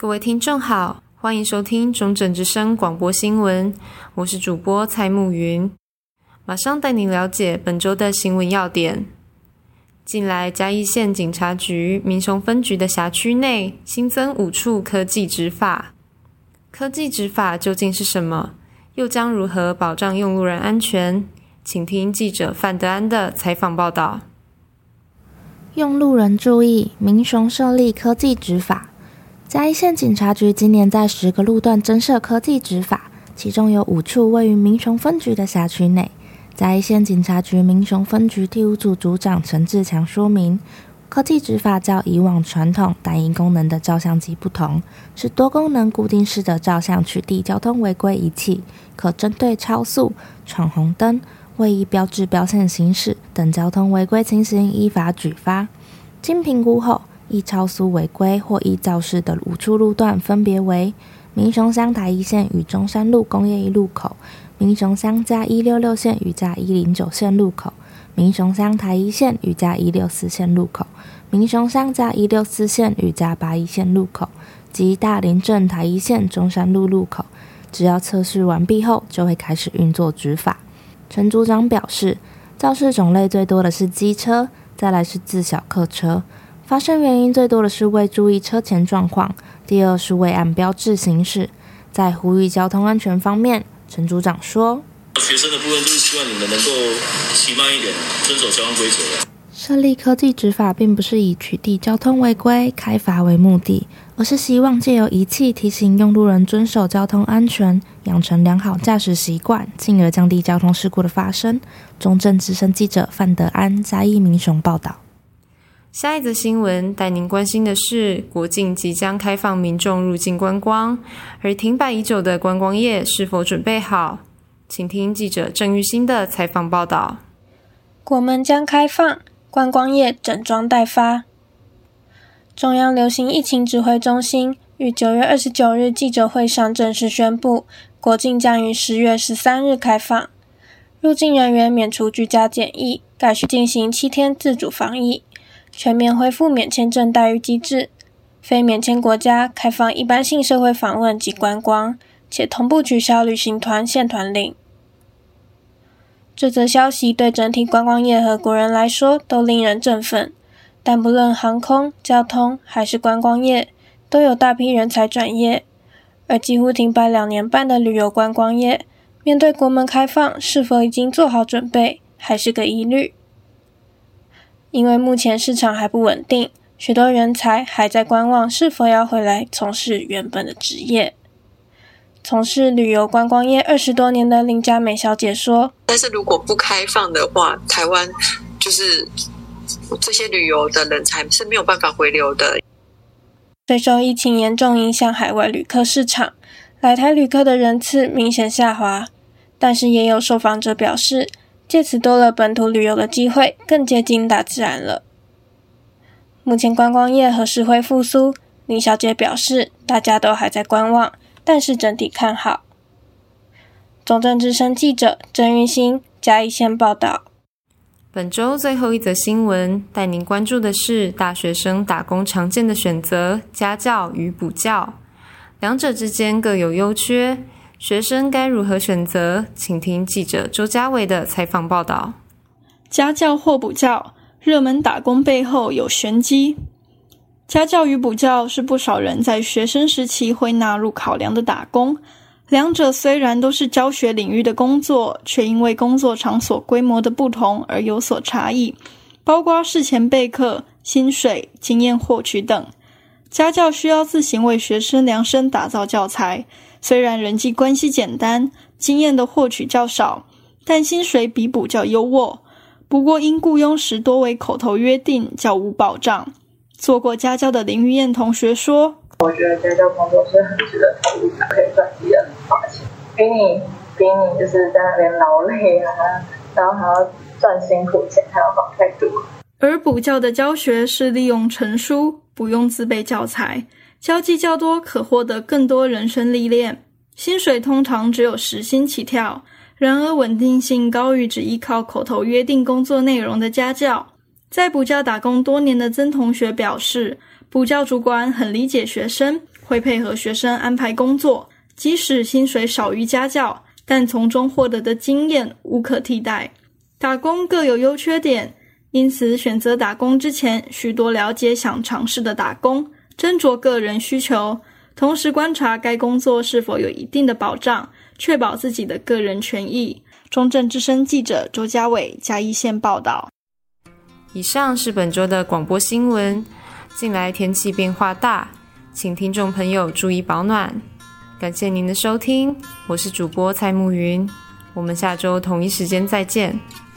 各位听众好，欢迎收听中正之声广播新闻，我是主播蔡慕云，马上带您了解本周的新闻要点。近来嘉义县警察局民雄分局的辖区内新增5处科技执法。科技执法究竟是什么？又将如何保障用路人安全？请听记者范德安的采访报道。 用路人注意，民雄设立科技执法。嘉义县警察局今年在10个路段增设科技执法，其中有5处位于民雄分局的辖区内。嘉义县警察局民雄分局第5组组长陈志强说明，科技执法较以往传统单一功能的照相机不同，是多功能固定式的照相取缔交通违规仪器，可针对超速、闯红灯、未依标志标线行驶等交通违规情形依法举发。经评估后，依超速违规或依肇事的5处路段分别为民雄乡台一线与中山路工业一路口、民雄乡加166线与加109线路口、民雄乡台一线与加164线路口、民雄乡加164线与加81线路口及大林镇台一线中山路路口。只要测试完毕后，就会开始运作执法。陈组长表示，肇事种类最多的是机车，再来是自小客车。发生原因最多的是未注意车前状况，第二是未按标志行驶。在呼吁交通安全方面，陈组长说： 学生的部分就是希望你们能够骑慢一点，遵守交通规则。 设立科技执法并不是以取缔交通违规、开罚为目的，而是希望借由仪器提醒用路人遵守交通安全，养成良好驾驶习惯，进而降低交通事故的发生。中正之声记者范德安嘉义民雄报道。 下一则新闻带您关心的是，国境即将开放民众入境观光，而停摆已久的观光业是否准备好？请听记者郑玉欣的采访报道。 国门将开放，观光业整装待发。中央流行疫情指挥中心于9月29日记者会上正式宣布，国境将于10月13日开放，入境人员免除居家检疫，改需进行7天自主防疫，全面恢复免签证待遇机制，非免签国家开放一般性社会访问及观光，且同步取消旅行团限团令。这则消息对整体观光业和国人来说都令人振奋，但不论航空、交通还是观光业，都有大批人才转业，而几乎停摆2年半的旅游观光业，面对国门开放是否已经做好准备，还是个疑虑。因为目前市场还不稳定，许多人才还在观望是否要回来从事原本的职业。从事旅游观光业20多年的林佳美小姐说， 但是如果不开放的话，台湾就是这些旅游的人才是没有办法回流的。 随受疫情严重影响海外旅客市场，来台旅客的人次明显下滑，但是也有受访者表示，借此多了本土旅游的机会，更接近大自然了。目前观光业何时会复苏？林小姐表示，大家都还在观望，但是整体看好。中正之声记者郑玉欣嘉义县报道。 本周最后一则新闻，带您关注的是大学生打工常见的选择，家教与补教，两者之间各有优缺。学生该如何选择？请听记者周家伟的采访报道。 家教或补教，热门打工背后有玄机。家教与补教是不少人在学生时期会纳入考量的打工，两者虽然都是教学领域的工作，却因为工作场所规模的不同而有所差异，包括事前备课、薪水、经验获取等。家教需要自行为学生量身打造教材，虽然人际关系简单，经验的获取较少，但薪水比补教优渥。不过因雇佣时多为口头约定，较无保障。做过家教的林玉燕同学说， 我觉得家教工作是很值得投入的，可以赚自己的花钱，比你就是在那边劳累啊，然后还要赚辛苦钱，还要好太多。 而补教的教学是利用成书，不用自备教材，交际较多，可获得更多人生历练。薪水通常只有10薪起跳，然而稳定性高于只依靠口头约定工作内容的家教。在补教打工多年的曾同学表示，补教主管很理解学生， 会配合学生安排工作，即使薪水少于家教，但从中获得的经验无可替代。打工各有优缺点，因此选择打工之前，需多了解想尝试的打工，斟酌个人需求，同时观察该工作是否有一定的保障，确保自己的个人权益。中正之声记者周家伟嘉义县报道。 以上是本周的广播新闻。近来天气变化大，请听众朋友注意保暖。感谢您的收听，我是主播蔡慕云，我们下周同一时间再见。